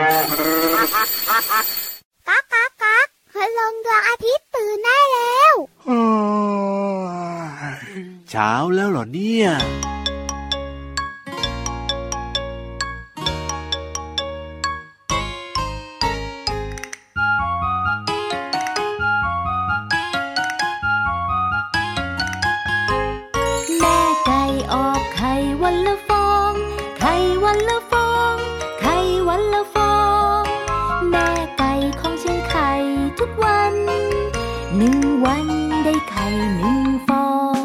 ก๊ากก๊ากก๊ากคืนลงดวงอาทิตย์ตื่นได้แล้วเช้าแล้วเหรอเนี่ยวันละฟองไข่วันละฟองไข่วันละฟองแม่ไก่ของฉันไข่ทุกวัน1 วันได้ไข่1 ฟอง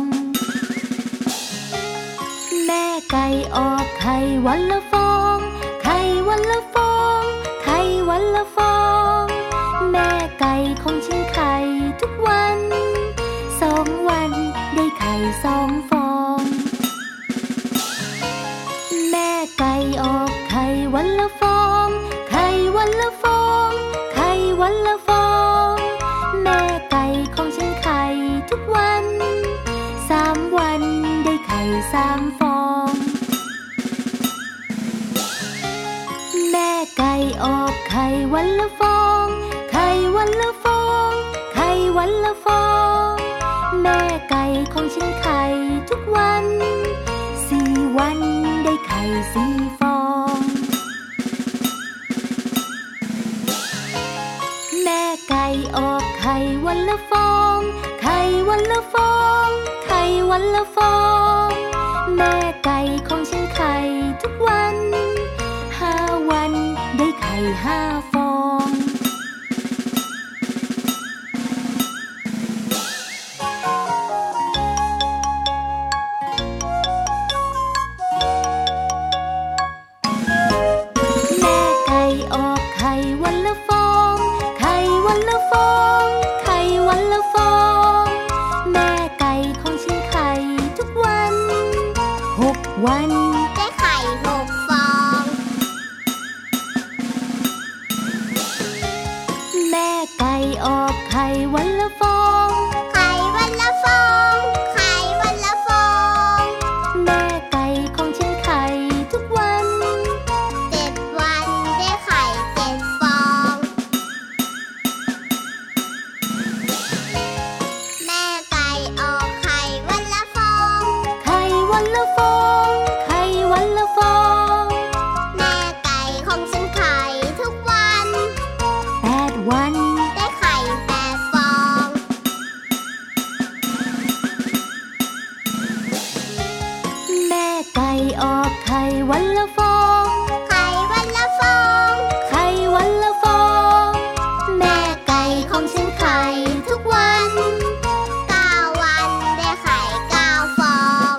แม่ไก่ออกไข่วันละฟองไข่วันละฟองไข่วันละฟองแม่ไก่ของฉันไข่ทุกวัน2 วันได้ไข่2 ฟองไก่ออกไข่วันละฟองไข่วันละฟองไข่วันละฟองแม่ไก่ของฉันไข่ทุกวัน3 วันได้ไข่3 ฟองแม่ไก่ออกไข่วันละฟองไข่วันละฟองไข่วันละฟองแม่ไก่ของฉันไข่ทุกวัน4 วันได้ไข่4 ฟองแม่ไก่ออกไข่วันละฟองไข่วันละฟองไข่วันละฟองแม่ไก่ของฉันไข่ทุกวัน5 วันได้ไข่5 ฟองวันละฟองไข่วันละฟองไข่วันละฟองแม่ไก่ของฉันไข่ทุกวัน6 วันได้ไข่6 ฟองแม่ไก่ออกไข่วันละฟองไข่วันละฟองไข่วันละฟองแม่ไก่ของฉันไข่ทุกวัน 7 วันได้ไข่7 ฟองแม่ไก่ออกไข่วันละฟองไข่วันละฟองไข่วันละฟองแม่ไก่ของฉันไข่ทุกวัน 8 วันได้ไข่8 ฟองแม่ไก่ออกไข่วันละฟองไข่วันละฟองไข่วันละฟองแม่ไก่ของฉันไข่ทุกวัน9 วันได้ไข่9 ฟอง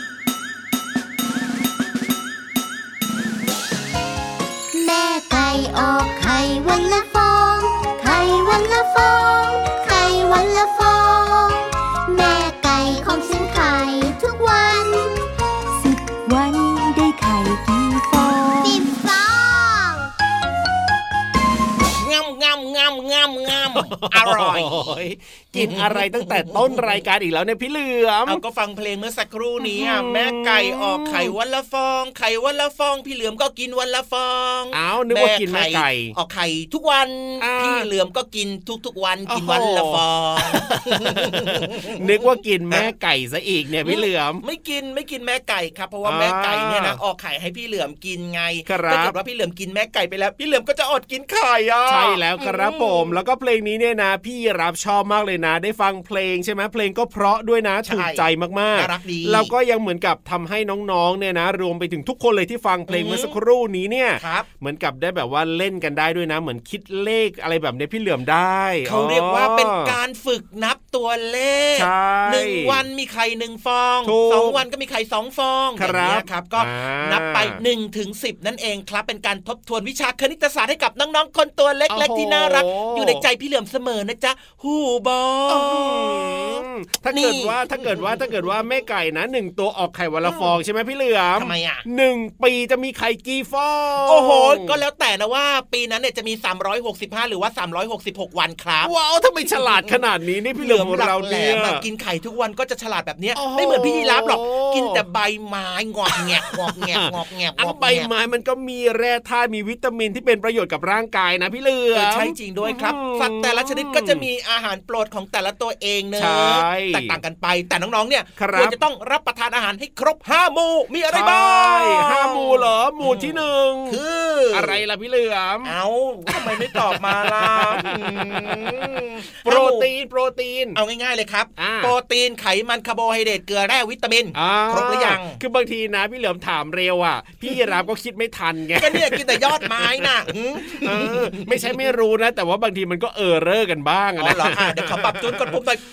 แม่ไก่ออกไข่วันละฟองไข่วันละฟองไข่วันละฟองแม่ไก่ของฉันไข่ทุกวัน 10 วันได้ไข่กี่ฟอง 10 ฟองอร่อยกินอะไรตั้งแต่ต้นรายการอีกแล้วเนี่ยพี่เหลือมเอาก็ฟังเพลงเมื่อสักครู่นี้แม่ไก่ออกไข่วันละฟองไข่วันละฟองพี่เหลือมก็กินวันละฟองนึกว่ากินแม่ไก่ออกไข่ทุกวันพี่เหลือมก็กินทุกวันกินวันละฟองนึกว่ากินแม่ไก่ซะอีกเนี่ยพี่เหลือมไม่กินแม่ไก่ครับเพราะว่าแม่ไก่เนี่ยนะออกไข่ให้พี่เหลือมกินไงถ้าเกิดว่าพี่เหลือมกินแม่ไก่ไปแล้วพี่เหลือมก็จะอดกินไข่ใช่แล้วครับผมแล้วก็เพลงนี้เนี่ยนะพี่รับชอบมากเลยนะได้ฟังเพลงใช่ไหมเพลงก็เพราะด้วยนะถูกใจมากๆแล้วก็ยังเหมือนกับทำให้น้องๆเนี่ยนะรวมไปถึงทุกคนเลยที่ฟังเพลงเมื่อสักครู่นี้เนี่ยเหมือนกับได้แบบว่าเล่นกันได้ด้วยนะเหมือนคิดเลขอะไรแบบนี้พี่เหลือมได้เขาเรียกว่าเป็นการฝึกนับตัวเลข1 วันมีไข่1 ฟอง2 วันก็มีไข่2 ฟองอย่างนี้ครับก็นับไป1 ถึง 10นั่นเองครับเป็นการทบทวนวิชาคณิตศาสตร์ให้กับน้องๆคนตัวเล็กๆที่น่ารักอยู่ในใจพี่เหลือลื่อมเสมอนะจ๊ะฮูบอถ้าเกิดว่าแม่ไก่นะ1ตัวออกไข่วันละฟองใช่ไหมพี่เหลือมทำไมอ่ะ 1ปีจะมีไข่กี่ฟองโอ้โหก็แล้วแต่นะว่าปีนั้นเนี่ยจะมี365หรือว่า366วันครับว้าวทำไมฉลาดขนาดนี้นี่พี่เหลือมของเราเนี่ยกินไข่ทุกวันก็จะฉลาดแบบนี้ไม่เหมือนพี่ยีราฟหรอกกินแต่ใบไม้งอกแงกงอกแงกงอกแงกใบไม้มันก็มีแร่ธาตุมีวิตามินที่เป็นประโยชน์กับร่างกายนะพี่เหลือมใช่จริงด้วยครับสัตว์แต่ละชนิดก็จะมีอาหารโปรดของแต่ละตัวเองเนอะแตกต่างกันไปแต่น้องๆเนี่ยควรจะต้องรับประทานอาหารให้ครบ5หมู่มีอะไรบ้าง 5หมู่เหรอหมู่ที่1 คืออะไรล่ะพี่เหลือมเอาทำไมไม่ตอบมาล่ะโปรตีนเอาง่ายๆเลยครับโปรตีนไขมันคาร์โบไฮเดรตเกลือแร่วิตามินครบหรือยังคือบางทีนะพี่เหลือมถามเร็วอ่ะพี่ยีราฟก็คิดไม่ทันไงก็เนี่ยกินแต่ยอดไม้น่ะไม่ใช่ไม่รู้นะแต่ว่าบางทีมันก็เรอกันบ้างนะเหรอเดี๋ยวขอปรับจูนกดปุ่มหน่อย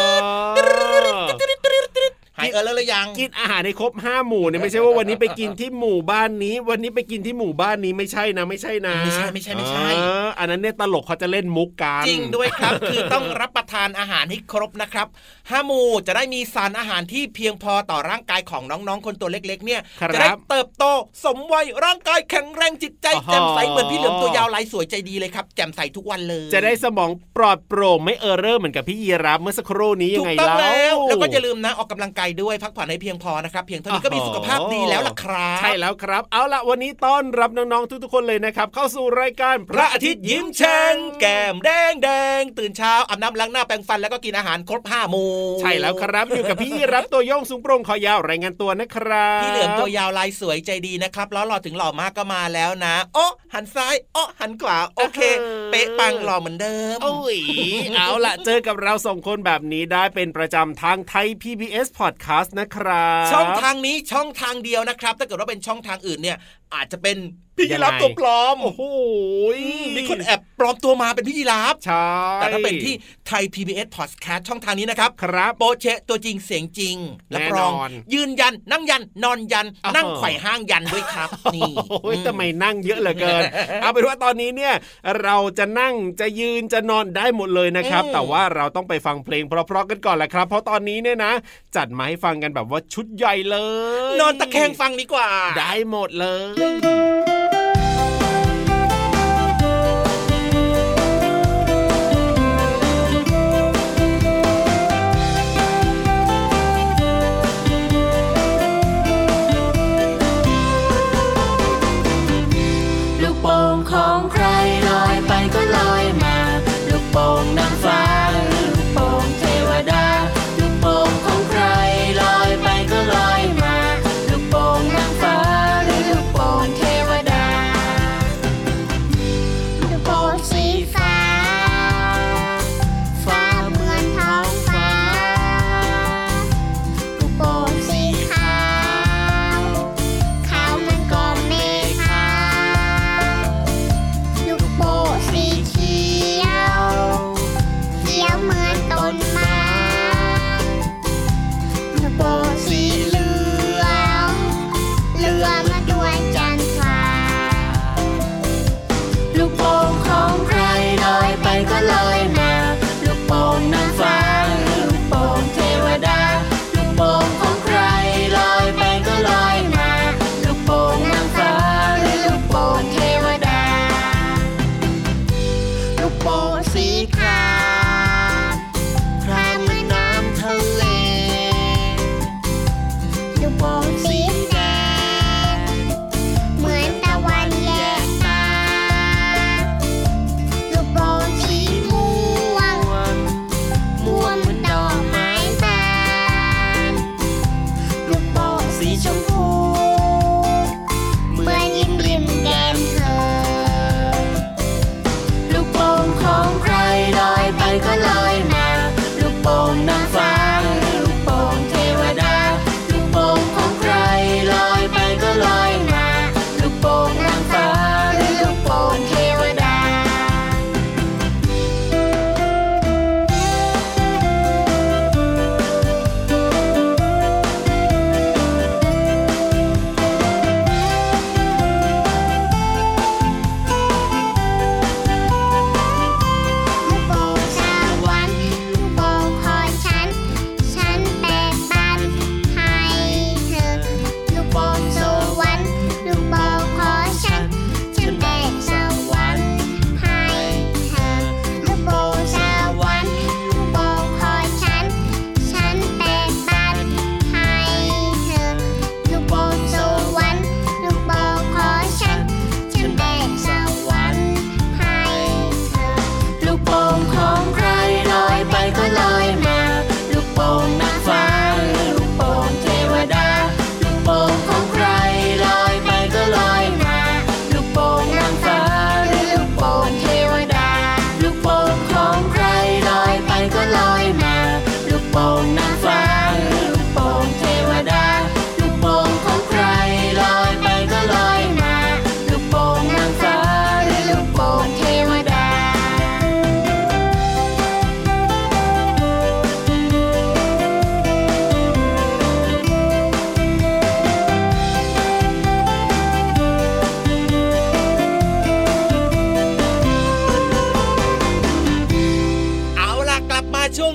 หายแล้วหรือยังกินอาหารให้ครบ5หมู่เนี่ยไม่ใช่ว่าวันนี้ไปกินที่หมู่บ้านนี้วันนี้ไปกินที่หมู่บ้านนี้ไม่ใช่นะไม่ใช่อันนั้นเนี่ยตลกเขาจะเล่นมุกกันจริงด้วยครับคือต้องรับประทานอาหารให้ครบนะครับ5หมู่จะได้มีสารอาหารที่เพียงพอต่อร่างกายของน้องๆคนตัวเล็กๆเนี่ยจะได้เติบโตสมวัยร่างกายแข็งแรงจิตใจแจ่มใสเหมือนพี่เหลือมตัวยาวลายสวยใจดีเลยครับแจ่มใสทุกวันเลยจะได้สมองปลอดโปร่งไม่เรอเหมือนกับพี่ยีราฟเมื่อสักครู่นี้ยังไงแล้วก็อย่าลืมนะออกกำลังกายด้วยพักผ่อนให้เพียงพอนะครับเพียงเท่านี้ก็มีสุขภาพดีแล้วล่ะครับใช่แล้วครับเอาล่ะวันนี้ต้อนรับน้องๆทุกๆคนเลยนะครับเข้าสู่รายการพระอาทิตย์ยิ้มแฉ่งแก้มแดงตื่นเช้าอาบน้ำล้างหน้าแปรงฟันแล้วก็กินอาหารครบ5หมู่ใช่แล้วครับอยู่กับพี่ยีราฟตัวโยงสูงโปร่งคอยาวรายงานตัวนะครับพี่เหลือมตัวยาวลายสวยใจดีนะครับแล้วหล่อถึงหล่อมากก็มาแล้วนะโอ้หันซ้ายโอ้หันขวาโอเคเป๊ะปังหล่อเหมือนเดิมโอ้ยเอาล่ะเจอกับเรา2คนแบบนี้ได้เป็นประจำทางไทย PBS Podcast นะครับช่องทางนี้ช่องทางเดียวนะครับถ้าเกิดว่าเป็นช่องทางอื่นเนี่ยอาจจะเป็นพี่ยีราฟตัวปลอมโอ้โหมีคนแอบปลอมตัวมาเป็นพี่ยีราฟใช่แต่ถ้าเป็นที่ไทย PBS Podcast ช่องทางนี้นะครับครับโปเชตัวจริงเสียงจริงรับรองยืนยันนั่งยันนอนยันนั่งไขว่ห้างยันด้วยครับนี่โอ้ยทำไมนั่งเยอะเหลือเกินเอาเป็นว่าตอนนี้เนี่ยเราจะนั่งจะยืนจะนอนได้หมดเลยนะครับแต่ว่าเราต้องไปฟังเพลงเพราะๆกันก่อนแหละครับเพราะตอนนี้เนี่ยนะจัดมาให้ฟังกันแบบว่าชุดใหญ่เลยนอนตะแคงฟังดีกว่าได้หมดเลยของใครลอยไปก็ลอยมาลูกโป่งนางฟ้าลูกโป่งเทวดาลูกโป่งของใครลอยไปก็ลอยมาลูกโป่งนางฟ้าหรือลูกโป่งเทวดาลูกโป่งสีฟ้าฟ้าเหมือนท้องฟ้าลูกโป่งสีขาวขาวเหมือนก้อนเมฆสีเขียว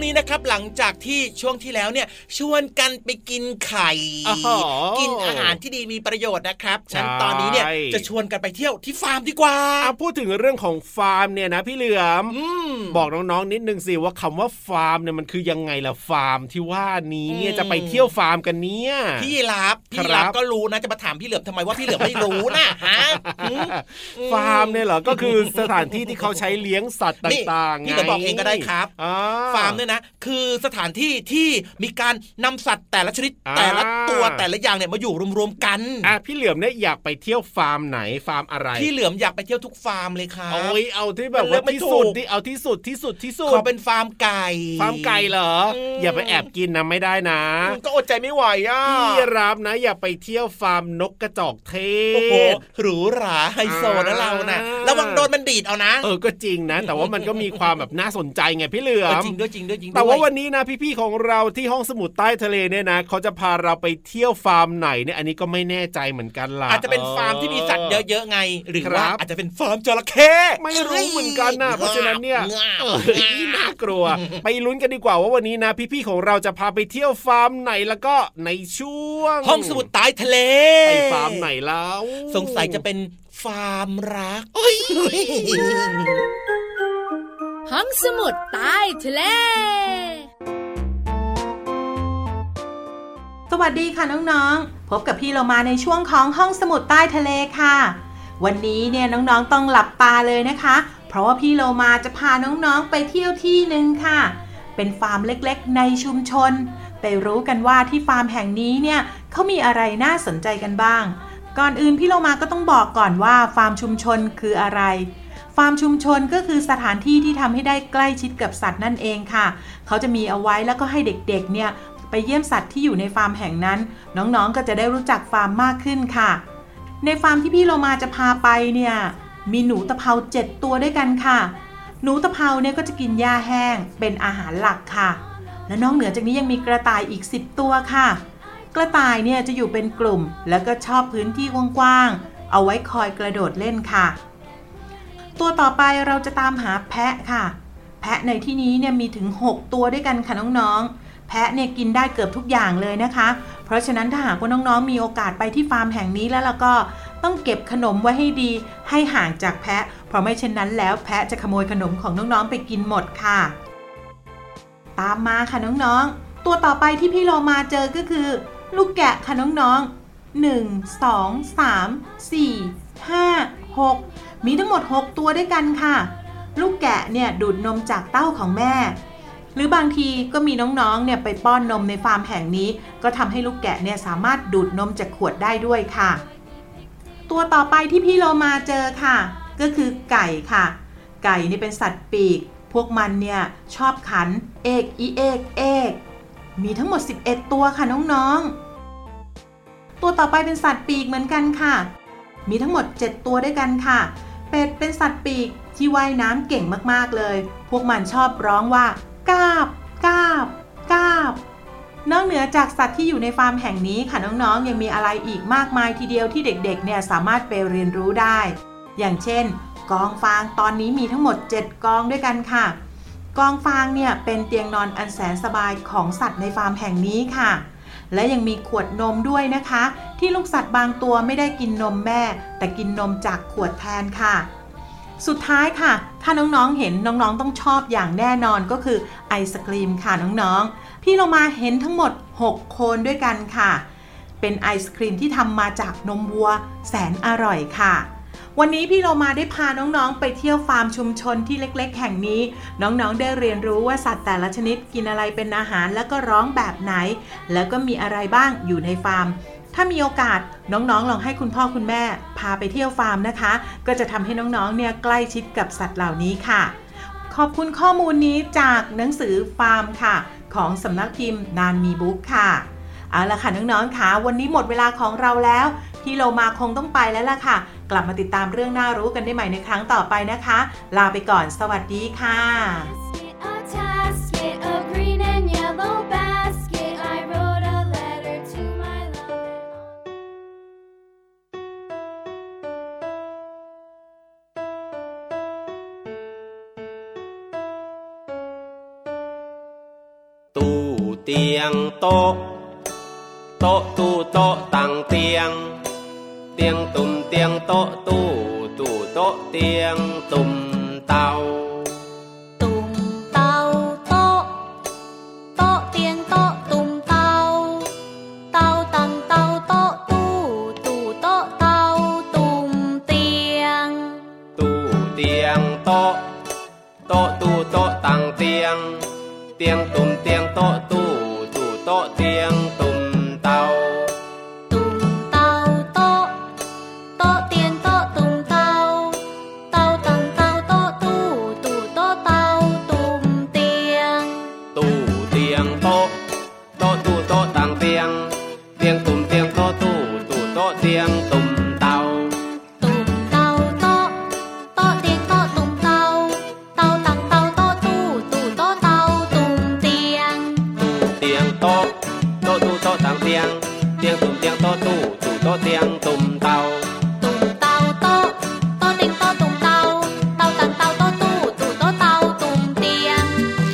นี้นะครับหลังจากที่ช่วงที่แล้วเนี่ยชวนกันไปกินไข่กินอาหารที่ดีมีประโยชน์นะครับฉันตอนนี้เนี่ยจะชวนกันไปเที่ยวที่ฟาร์มดีกว่าพูดถึงเรื่องของฟาร์มเนี่ยนะพี่เหลือมบอกน้องๆนิดนึงสิว่าคำว่าฟาร์มเนี่ยมันคือยังไงล่ะฟาร์มที่ว่านี้เนี่ยจะไปเที่ยวฟาร์มกันเนี่ยพี่รับก็รู้นะจะมาถามพี่เหลือมทำไมว่าพี่เหลือมไม่รู้นะฮะฟาร์มเนี่ยเหรอก็คือสถานที่ที่เขาใช้เลี้ยงสัตว์ต่างๆพี่เหลือมบอกเองก็ได้ครับฟาร์มเนี่ยนะคือสถานที่ที่มีการนำสัตว์แต่ละชนิดแต่ละตัวแต่ละอย่างเนี่ยมาอยู่รวมๆกันพี่เหลือมเนี่ยอยากไปเที่ยวฟาร์มไหนฟาร์มอะไรพี่เหลือมอยากไปเที่ยวทุกฟาร์มเลยครับเอาที่แบบว่าที่สุดที่เอาที่สุดขอเป็นฟาร์มไก่เหรออย่าไปแอบกินนะไม่ได้นะก็อดใจไม่ไหวพี่รับนะอย่าไปเที่ยวฟาร์มนกกระจอกเทศโอ้โหหรูหราไฮโซนะเรานะระวังโดนมันดีดเอานะก็จริงนะแต่ว่ามันก็มีความแบบน่าสนใจไงพี่เหลือมจริงด้วยแต่ว่าวันนี้นะพี่ๆของเราที่ห้องสมุดใต้ทะเลเนี่ยนะเขาจะพาเราไปเที่ยวฟาร์มไหนเนี่ยอันนี้ก็ไม่แน่ใจเหมือนกันล่ะอาจจะเป็นฟาร์มที่มีสัตว์เยอะๆไงหรือว่าอาจจะเป็นฟาร์มจระเข้ไม่รู้เหมือนกันนะเพราะฉะนั้นเนี่ยน่ากลัวไปลุ้นกันดีกว่าว่าวันนี้นะพี่ๆของเราจะพาไปเที่ยวฟาร์มไหนแล้วก็ในช่วงห้องสมุดใต้ทะเลไปฟาร์มไหนแล้วสงสัยจะเป็นฟาร์มรักห้องสมุดใต้ทะเลสวัสดีค่ะน้องๆพบกับพี่เรามาในช่วงของห้องสมุดใต้ทะเลค่ะวันนี้เนี่ยน้องๆต้องหลับตาเลยนะคะเพราะว่าพี่เรามาจะพาน้องๆไปเที่ยวที่นึงค่ะเป็นฟาร์มเล็กๆในชุมชนไปรู้กันว่าที่ฟาร์มแห่งนี้เนี่ยเขามีอะไรน่าสนใจกันบ้างก่อนอื่นพี่เรามาก็ต้องบอกก่อนว่าฟาร์มชุมชนคืออะไรฟาร์มชุมชนก็คือสถานที่ที่ทำให้ได้ใกล้ชิดกับสัตว์นั่นเองค่ะเขาจะมีเอาไว้แล้วก็ให้เด็กๆเนี่ยไปเยี่ยมสัตว์ที่อยู่ในฟาร์มแห่งนั้นน้องๆก็จะได้รู้จักฟาร์มมากขึ้นค่ะในฟาร์มที่พี่เรามาจะพาไปเนี่ยมีหนูตะเภา7ตัวด้วยกันค่ะหนูตะเภาเนี่ยก็จะกินหญ้าแห้งเป็นอาหารหลักค่ะและนอกเหนือจากนี้ยังมีกระต่ายอีก10ตัวค่ะกระต่ายเนี่ยจะอยู่เป็นกลุ่มแล้วก็ชอบพื้นที่กว้างๆเอาไว้คอยกระโดดเล่นค่ะตัวต่อไปเราจะตามหาแพะค่ะแพะในที่นี้เนี่ยมีถึง6ตัวด้วยกันค่ะน้องๆแพะเนี่ยกินได้เกือบทุกอย่างเลยนะคะเพราะฉะนั้นถ้าหากว่าน้องๆมีโอกาสไปที่ฟาร์มแห่งนี้แล้วก็ต้องเก็บขนมไว้ให้ดีให้ห่างจากแพะเพราะไม่เช่นนั้นแล้วแพะจะขโมยขนมของน้องๆไปกินหมดค่ะตามมาค่ะน้องๆตัวต่อไปที่พี่เรามาเจอก็คือลูกแกะค่ะน้องๆ1 2 3 4 5 6มีทั้งหมด6ตัวด้วยกันค่ะลูกแกะเนี่ยดูดนมจากเต้าของแม่หรือบางทีก็มีน้องๆเนี่ยไปป้อนนมในฟาร์มแห่งนี้ก็ทำให้ลูกแกะเนี่ยสามารถดูดนมจากขวดได้ด้วยค่ะตัวต่อไปที่พี่เรามาเจอค่ะก็คือไก่ค่ะไก่นี่เป็นสัตว์ปีกพวกมันเนี่ยชอบขันเอกอีเอกเอกมีทั้งหมด11ตัวค่ะน้องๆตัวต่อไปเป็นสัตว์ปีกเหมือนกันค่ะมีทั้งหมด7ตัวด้วยกันค่ะเป็ดเป็นสัตว์ปีกที่ว่ายน้ำเก่งมากๆเลยพวกมันชอบร้องว่ากาบกาบกาบนอกเหนือจากสัตว์ที่อยู่ในฟาร์มแห่งนี้ค่ะน้องๆยังมีอะไรอีกมากมายทีเดียวที่เด็กๆเนี่ยสามารถไปเรียนรู้ได้อย่างเช่นกองฟางตอนนี้มีทั้งหมด7กองด้วยกันค่ะกองฟางเนี่ยเป็นเตียงนอนอันแสนสบายของสัตว์ในฟาร์มแห่งนี้ค่ะและยังมีขวดนมด้วยนะคะที่ลูกสัตว์บางตัวไม่ได้กินนมแม่แต่กินนมจากขวดแทนค่ะสุดท้ายค่ะถ้าน้องๆเห็นน้องๆต้องชอบอย่างแน่นอนก็คือไอศกรีมค่ะน้องๆพี่เรามาเห็นทั้งหมด6โคนด้วยกันค่ะเป็นไอศกรีมที่ทำมาจากนมวัวแสนอร่อยค่ะวันนี้พี่เรามาได้พาน้องๆไปเที่ยวฟาร์มชุมชนที่เล็กๆแห่งนี้น้องๆได้เรียนรู้ว่าสัตว์แต่ละชนิดกินอะไรเป็นอาหารแล้วก็ร้องแบบไหนแล้วก็มีอะไรบ้างอยู่ในฟาร์มถ้ามีโอกาสน้องๆลองให้คุณพ่อคุณแม่พาไปเที่ยวฟาร์มนะคะก็จะทำให้น้องๆเนี่ยใกล้ชิดกับสัตว์เหล่านี้ค่ะขอบคุณข้อมูลนี้จากหนังสือฟาร์มค่ะของสำนักพิมพ์นานมีบุ๊กค่ะเอาล่ะค่ะน้องๆค่ะวันนี้หมดเวลาของเราแล้วพี่โลมาคงต้องไปแล้วล่ะค่ะกลับมาติดตามเรื่องน่ารู้กันได้ใหม่ในครั้งต่อไปนะคะลาไปก่อนสวัสดีค่ะเตียงโต๊ะโต๊ะตู้โต๊ะตั้งเตียงเตียงตุ่มเตียงโต๊ะตู้ตู้โต๊ะเตียงตุ่มเตาตุ่มเตาโต๊ะโต๊ะเตียงโต๊ะตุ่มเตาเตาตั้งเตาโต๊ะตู้ตู้โต๊ะเตาตุ่มเตียงตู้เตียงโต๊ะโต๊ะตู้โต๊ะตั้งเตียงเตียงตุ่มเตียงโต๊ะตู้ตู้โต๊ะเตียงตุ่มเตาตุ่มเตาโต๊ะโต๊ะเตียงโต๊ะตุ่มเตาเตาตั้งเตาโต๊ะตู้ตู้โต๊ะเตาตุ่มเตียงตู้เตียงโต๊ะโต๊ะตู้โต๊ะตั้งเตียงเตียงตุ่มเตียงโต๊ะตู้ตู้โต๊ะเตียงตุ่มเตาตุ่มเตาโต๊ะโต๊ะเตียงโต๊ะตุ่มเตาเตาตั้งเตาโต๊ะตู้ตู้โต๊ะเตาตุ่มเตียงเตียงโต๊ะโต๊ะตู้โต๊ะตั้งเตียงเตียงตุ่มเตียงโต๊ะตู้ตู้โต๊ะเตียงตุ่มเตาตุ่มเตาโต๊ะโต๊ะเตียงโต๊ะตุ่มเตาเตาตั้งเตาโต๊ะตู้ตู้โต๊ะเตาตุ่มเตียง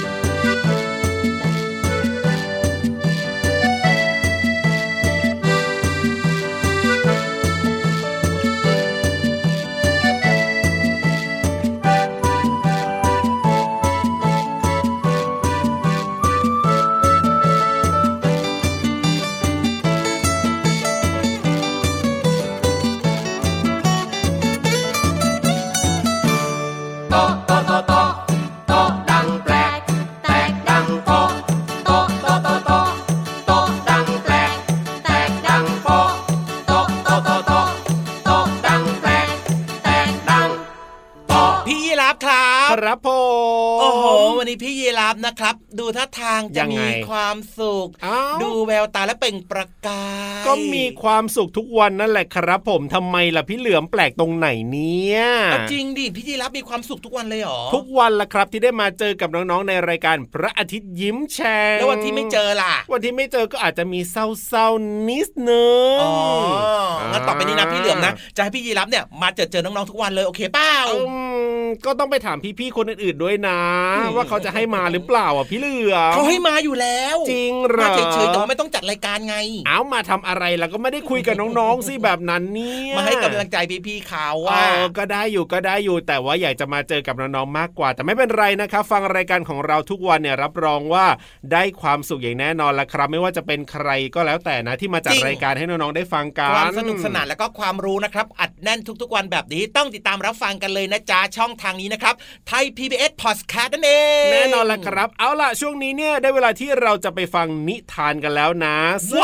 ครับผมโอ้โหวันนี้พี่ยีราฟนะครับดูท่าทางจะมีความสุขดูแววตาและเปล่งประกายก็มีความสุขทุกวันนั่นแหละครับผมทำไมล่ะพี่เหลือมแปลกตรงไหนเนี่ยจริงดิพี่ยีราฟมีความสุขทุกวันเลยหรอทุกวันละครับที่ได้มาเจอกับน้องๆในรายการพระอาทิตย์ยิ้มแฉ่งแล้ววันที่ไม่เจอล่ะวันที่ไม่เจอก็อาจจะมีเศร้าๆนิดนึงงั้นต่อไปนี้นะพี่เหลือมนะจะให้พี่ยีราฟเนี่ยมาเจอน้องๆทุกวันเลยโอเคเปล่าก็ต้องไปถามพี่ๆคนอื่นๆด้วยนะว่าเขาจะให้มาหรือเปล่าอ่ะพี่เหลือมเขาให้มาอยู่แล้วจริงเหรอมาเฉยๆแต่ว่าไม่ต้องจัดรายการไงเอามาทำอะไรแล้วก็ไม่ได้คุยกับน้องๆสิแบบนั้นเนี่ยมาให้กำลังใจพี่ๆเขาว่าก็ได้อยู่แต่ว่าอยากจะมาเจอกับน้องๆมากกว่าแต่ไม่เป็นไรนะครับฟังรายการของเราทุกวันเนี่ยรับรองว่าได้ความสุขอย่างแน่นอนละครับไม่ว่าจะเป็นใครก็แล้วแต่นะที่มาจัดรายการให้น้องๆได้ฟังกันความสนุกสนานแล้วก็ความรู้นะครับอัดแน่นทุกๆวันแบบนี้ต้องติดตามรับฟังกันเลยนะจ๊ะช่องทางนี้นะครับไทย PBS Podcast นั่นเองแน่นอนละครับเอาล่ะช่วงนี้เนี่ยได้เวลาที่เราจะไปฟังนิทานกันแล้วนะ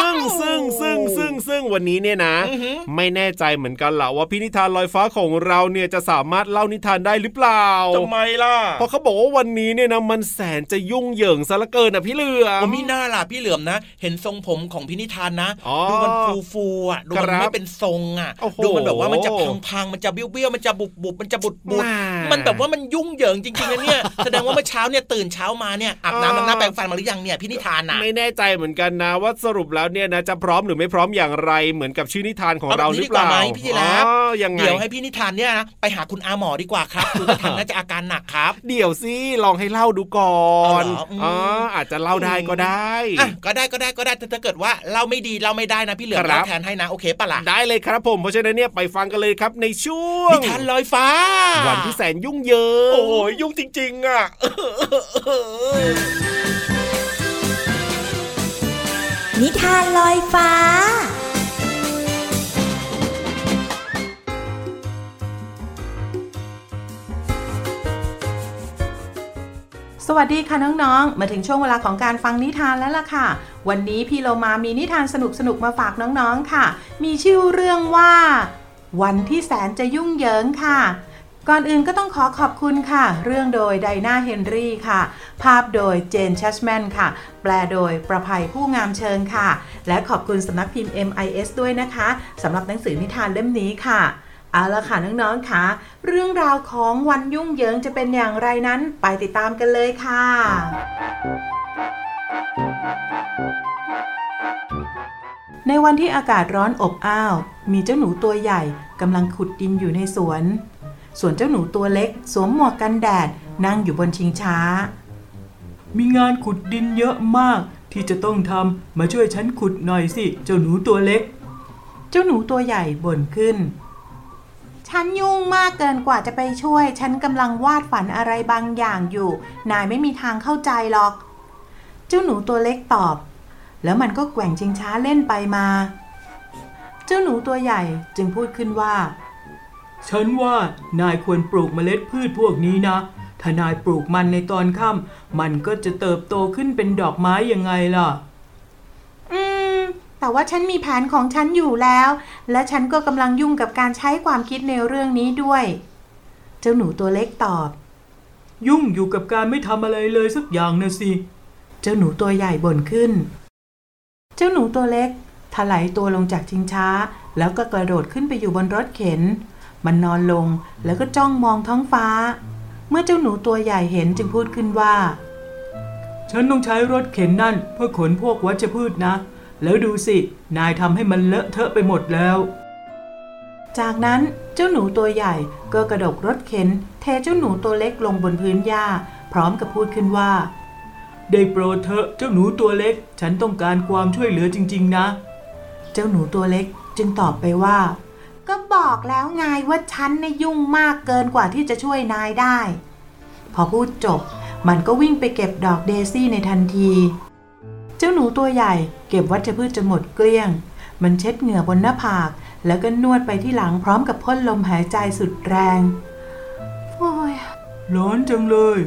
ซึ่งวันนี้เนี่ยนะไม่แน่ใจเหมือนกันล่ะว่าพี่นิทานลอยฟ้าของเราเนี่ยจะสามารถเล่านิทานได้หรือเปล่าทำไมล่ะเพราะเขาบอกว่าวันนี้เนี่ยนะมันแสนจะยุ่งเหยิงซะเหลือเกินนะพี่เหลือมมีหน้าล่ะพี่เหลือมนะเห็นทรงผมของพี่นิทานนะดูมันฟูๆอ่ะดูมันไม่เป็นทรงอ่ะดูมันแบบว่ามันจะพังๆมันจะเบี้ยวๆมันจะบุบมันจะบุดมันแบบว่ามันยุ่งเหยิงจริงๆนะเนี่ยแสดงว่าเมื่อเช้าเนี่ยตื่นเช้ามาเนี่ยอาบน้ำล้างหน้าแปรงฟันมาหรือยังเนี่ยพี่นิทานนะไม่แน่ใจเหมือนกันนะว่าสรุปแล้วเนี่ยนะจะพร้อมหรือไม่พร้อมอย่างไรเหมือนกับชื่อนิทานของเราหรือเปล่าพี่ยีราฟเดี๋ยวให้พี่นิทานเนี่ยนะไปหาคุณอาหมอดีกว่าครับคุณนิทานน่าจะอาการหนักครับเดี๋ยวสิลองให้เล่าดูก่อนอาจจะเล่าได้ก็ได้ก็ได้ถ้าเกิดว่าเล่าไม่ดีเล่าไม่ได้นะพี่เหลือมเล่าแทนให้นะโอเคปะล่ะได้เลยครับผมเพราะฉะนั้นเนี่ยไปฟังกันเลยครับในช่วงนิทานลอยฟ้าวันที่แสนยุ่งเหยิงโอ้ยยุ่งจริงๆอ่ะนิทานลอยฟ้าสวัสดีค่ะน้องๆมาถึงช่วงเวลาของการฟังนิทานแล้วล่ะค่ะวันนี้พี่โลมามีนิทานสนุกๆมาฝากน้องๆค่ะมีชื่อเรื่องว่าวันที่แสนจะยุ่งเหยิงค่ะก่อนอื่นก็ต้องขอขอบคุณค่ะเรื่องโดยไดนาเฮนรี่ค่ะภาพโดยเจนชัชแมนค่ะแปลโดยประภัยผู้งามเชิงค่ะและขอบคุณสำนักพิมพ์ MIS ด้วยนะคะสำหรับหนังสือนิทานเล่มนี้ค่ะเอาล่ะค่ะน้องๆค่ะเรื่องราวของวันยุ่งเหยิงจะเป็นอย่างไรนั้นไปติดตามกันเลยค่ะในวันที่อากาศร้อนอบอ้าวมีเจ้าหนูตัวใหญ่กำลังขุดดินอยู่ในสวนส่วนเจ้าหนูตัวเล็กสวมหมวกกันแดดนั่งอยู่บนชิงช้ามีงานขุดดินเยอะมากที่จะต้องทำมาช่วยฉันขุดหน่อยสิเจ้าหนูตัวเล็กเจ้าหนูตัวใหญ่บ่นขึ้นฉันยุ่งมากเกินกว่าจะไปช่วยฉันกำลังวาดฝันอะไรบางอย่างอยู่นายไม่มีทางเข้าใจหรอกเจ้าหนูตัวเล็กตอบแล้วมันก็แกว่งชิงช้าเล่นไปมาเจ้าหนูตัวใหญ่จึงพูดขึ้นว่าฉันว่านายควรปลูกเมล็ดพืชพวกนี้นะถ้านายปลูกมันในตอนค่ำมันก็จะเติบโตขึ้นเป็นดอกไม้ยังไงล่ะแต่ว่าฉันมีแผนของฉันอยู่แล้วและฉันก็กำลังยุ่งกับการใช้ความคิดในเรื่องนี้ด้วยเจ้าหนูตัวเล็กตอบยุ่งอยู่กับการไม่ทำอะไรเลยสักอย่างนะสิเจ้าหนูตัวใหญ่บ่นขึ้นเจ้าหนูตัวเล็กถลายตัวลงจากชิงช้าแล้วก็กระโดดขึ้นไปอยู่บนรถเข็นมันนอนลงแล้วก็จ้องมองท้องฟ้าเมื่อเจ้าหนูตัวใหญ่เห็นจึงพูดขึ้นว่าฉันต้องใช้รถเข็นนั่นเพื่อขนพวกวัชพืชนะแล้วดูสินายทำให้มันเลอะเทอะไปหมดแล้วจากนั้นเจ้าหนูตัวใหญ่ก็กระโดดรถเข็นเทเจ้าหนูตัวเล็กลงบนพื้นหญ้าพร้อมกับพูดขึ้นว่าได้โปรดเถอะเจ้าหนูตัวเล็กฉันต้องการความช่วยเหลือจริงๆนะเจ้าหนูตัวเล็กจึงตอบไปว่าก็บอกแล้วไงว่าฉันน่ะยุ่งมากเกินกว่าที่จะช่วยนายได้พอพูดจบมันก็วิ่งไปเก็บดอกเดซี่ในทันทีเจ้าหนูตัวใหญ่เก็บวัชพืชจนหมดเกลี้ยงมันเช็ดเหงื่อบนหน้าผากแล้วก็นวดไปที่หลังพร้อมกับพ่นลมหายใจสุดแรงโอ้ยร้อนจังเลย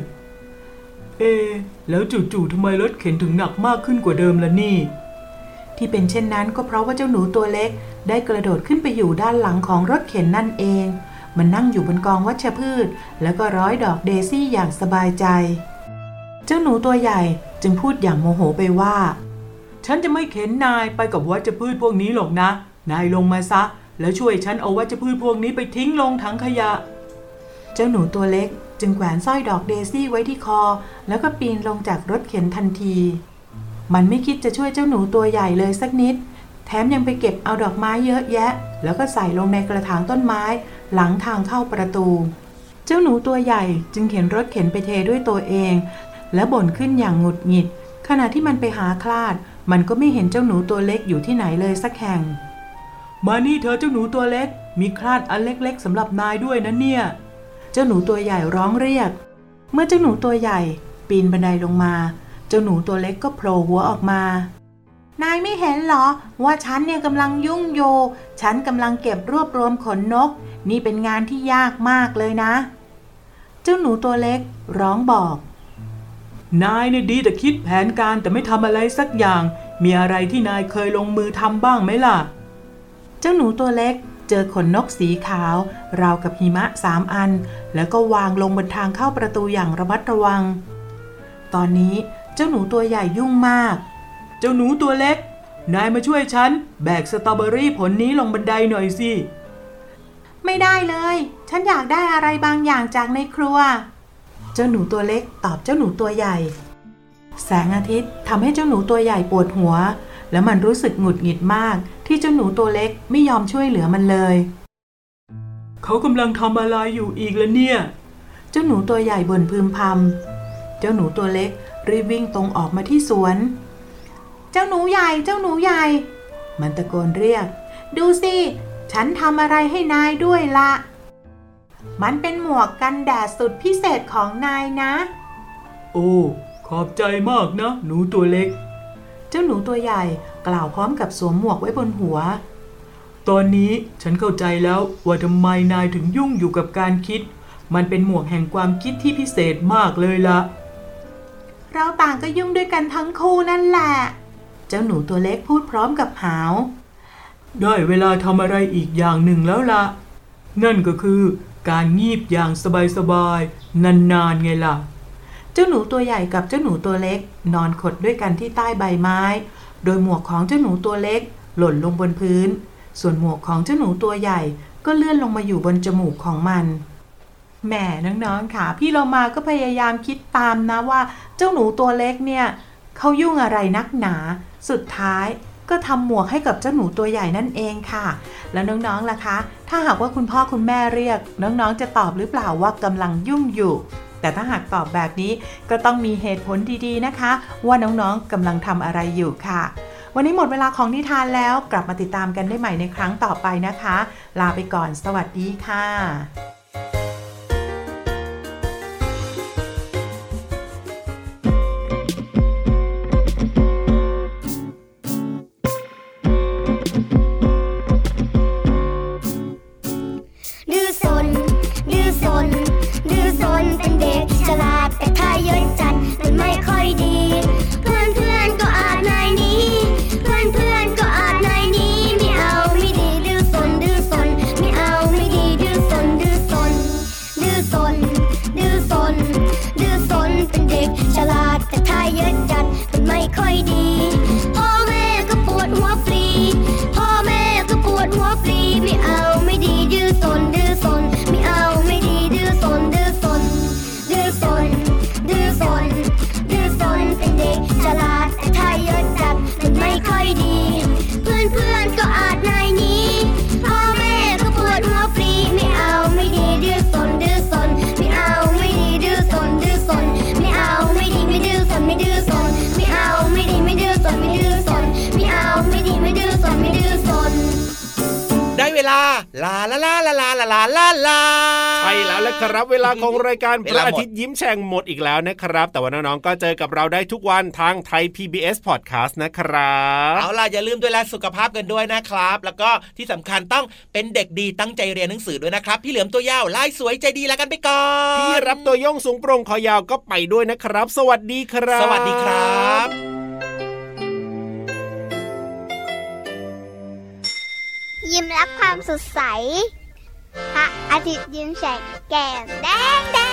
แล้วจู่ๆทำไมรถเข็นถึงหนักมากขึ้นกว่าเดิมล่ะนี่ที่เป็นเช่นนั้นก็เพราะว่าเจ้าหนูตัวเล็กได้กระโดดขึ้นไปอยู่ด้านหลังของรถเข็นนั่นเองมันนั่งอยู่บนกองวัชพืชแล้วก็ร้อยดอกเดซี่อย่างสบายใจเจ้าหนูตัวใหญ่จึงพูดอย่างโมโหไปว่าฉันจะไม่เข็นนายไปกับวัชพืชพวกนี้หรอกนะนายลงมาซะแล้วช่วยฉันเอาวัชพืชพวกนี้ไปทิ้งลงถังขยะเจ้าหนูตัวเล็กจึงแขวนสร้อยดอกเดซี่ไว้ที่คอแล้วก็ปีนลงจากรถเข็นทันทีมันไม่คิดจะช่วยเจ้าหนูตัวใหญ่เลยสักนิดแถมยังไปเก็บเอาดอกไม้เยอะแยะแล้วก็ใส่ลงในกระถางต้นไม้หลังทางเข้าประตูเจ้าหนูตัวใหญ่จึงเข็นรถเข็นไปเทด้วยตัวเองและบ่นขึ้นอย่างหงุดหงิดขณะที่มันไปหาคลาดมันก็ไม่เห็นเจ้าหนูตัวเล็กอยู่ที่ไหนเลยสักแห่งมานี่เธอเจ้าหนูตัวเล็กมีคลาดอันเล็กๆสำหรับนายด้วยนะเนี่ยเจ้าหนูตัวใหญ่ร้องเรียกเมื่อเจ้าหนูตัวใหญ่ปีนบันไดลงมาเจ้าหนูตัวเล็กก็โผล่หัวออกมานายไม่เห็นเหรอว่าฉันเนี่ยกำลังยุ่งอยู่ฉันกำลังเก็บรวบรวมขนนกนี่เป็นงานที่ยากมากเลยนะเจ้าหนูตัวเล็กร้องบอกนายเนี่ยดีแต่คิดแผนการแต่ไม่ทำอะไรสักอย่างมีอะไรที่นายเคยลงมือทำบ้างไหมล่ะเจ้าหนูตัวเล็กเจอขนนกสีขาวราวกับหิมะ3 อันแล้วก็วางลงบนทางเข้าประตูอย่างระมัดระวังตอนนี้เจ้าหนูตัวใหญ่ยุ่งมากเจ้าหนูตัวเล็กนายมาช่วยฉันแบกสตรอเบอรี่ผลนี้ลงบันไดหน่อยสิไม่ได้เลยฉันอยากได้อะไรบางอย่างจากในครัวเจ้าหนูตัวเล็กตอบเจ้าหนูตัวใหญ่แสงอาทิตย์ทำให้เจ้าหนูตัวใหญ่ปวดหัวแล้วมันรู้สึกหงุดหงิดมากที่เจ้าหนูตัวเล็กไม่ยอมช่วยเหลือมันเลยเขากำลังทำอะไรอยู่อีกล่ะเนี่ยเจ้าหนูตัวใหญ่บ่นพึมพำเจ้าหนูตัวเล็กรีบวิ่งตรงออกมาที่สวนเจ้าหนูใหญ่เจ้าหนูใหญ่มันตะโกนเรียกดูสิฉันทำอะไรให้นายด้วยละมันเป็นหมวกกันแดดสุดพิเศษของนายนะโอ้ขอบใจมากนะหนูตัวเล็กเจ้าหนูตัวใหญ่กล่าวพร้อมกับสวมหมวกไว้บนหัวตอนนี้ฉันเข้าใจแล้วว่าทำไมนายถึงยุ่งอยู่กับการคิดมันเป็นหมวกแห่งความคิดที่พิเศษมากเลยละเราต่างก็ยุ่งด้วยกันทั้งคู่นั่นแหละเจ้าหนูตัวเล็กพูดพร้อมกับหาวได้เวลาทำอะไรอีกอย่างหนึ่งแล้วละนั่นก็คือการงีบอย่างสบายๆนานๆไงล่ะเจ้าหนูตัวใหญ่กับเจ้าหนูตัวเล็กนอนขดด้วยกันที่ใต้ใบไม้โดยหมวกของเจ้าหนูตัวเล็กหล่นลงบนพื้นส่วนหมวกของเจ้าหนูตัวใหญ่ก็เลื่อนลงมาอยู่บนจมูกของมันแหมน้องๆค่ะพี่เรามาก็พยายามคิดตามนะว่าเจ้าหนูตัวเล็กเนี่ยเขายุ่งอะไรนักหนาสุดท้ายก็ทำหมวกให้กับเจ้าหนูตัวใหญ่นั่นเองค่ะแล้วน้องๆล่ะคะถ้าหากว่าคุณพ่อคุณแม่เรียกน้องๆจะตอบหรือเปล่าว่ากำลังยุ่งอยู่แต่ถ้าหากตอบแบบนี้ก็ต้องมีเหตุผลดีๆนะคะว่าน้องๆกำลังทำอะไรอยู่ค่ะวันนี้หมดเวลาของนิทานแล้วกลับมาติดตามกันได้ใหม่ในครั้งต่อไปนะคะลาไปก่อนสวัสดีค่ะเป็นเด็กฉลาดแต่ถ้าเยอะจัดมันไม่ค่อยดีเพื่อนก็อาจนายนี้เพื่อนก็อาจนายนี้ไม่เอาไม่ดีดื้อซนไม่เอาไม่ดีดื้อซนเป็นเด็กฉลาดแต่ถ้าเยอะจัดมันไม่ค่อยดีพ่อแม่ก็ปวดหัวฟรีไม่เอาไม่ดีดื้อซนไม่เอาไม่ดีดื้อซนเป็นเด็กฉลาดแต่ถ้าเยอะจัดมันไม่ค่อยดีเพื่อนก็อาจนายนี้พ่อแม่ก็ปวดหัวฟรีไม่เอาไม่ดีดื้อซนไม่เอาไม่ดีดื้อซนไม่เอาไม่ดีไม่ดื้อซนไม่เอาไม่ดีไม่ดื้อซนไม่เอาไม่ดีไม่ดื้อซนได้เวลาลาใช่แล้วละครับเวลาของรายการพระอาทิตย์ยิ้มแฉ่งหมดอีกแล้วนะครับแต่ว่าน้องๆก็เจอกับเราได้ทุกวันทางไทย PBS Podcast นะครับเอาล่ะอย่าลืมดูแลสุขภาพกันด้วยนะครับแล้วก็ที่สำคัญต้องเป็นเด็กดีตั้งใจเรียนหนังสือด้วยนะครับพี่เหลือมตัวยาวลายสวยใจดีแล้วกันไปก่อนพี่รับตัวโยงสูงโปร่งคอยาวก็ไปด้วยนะครับสวัสดีครับสวัสดีครับยิ้มรับความสดใสพระอาทิตย์ยิ้มแฉกแก้มแดง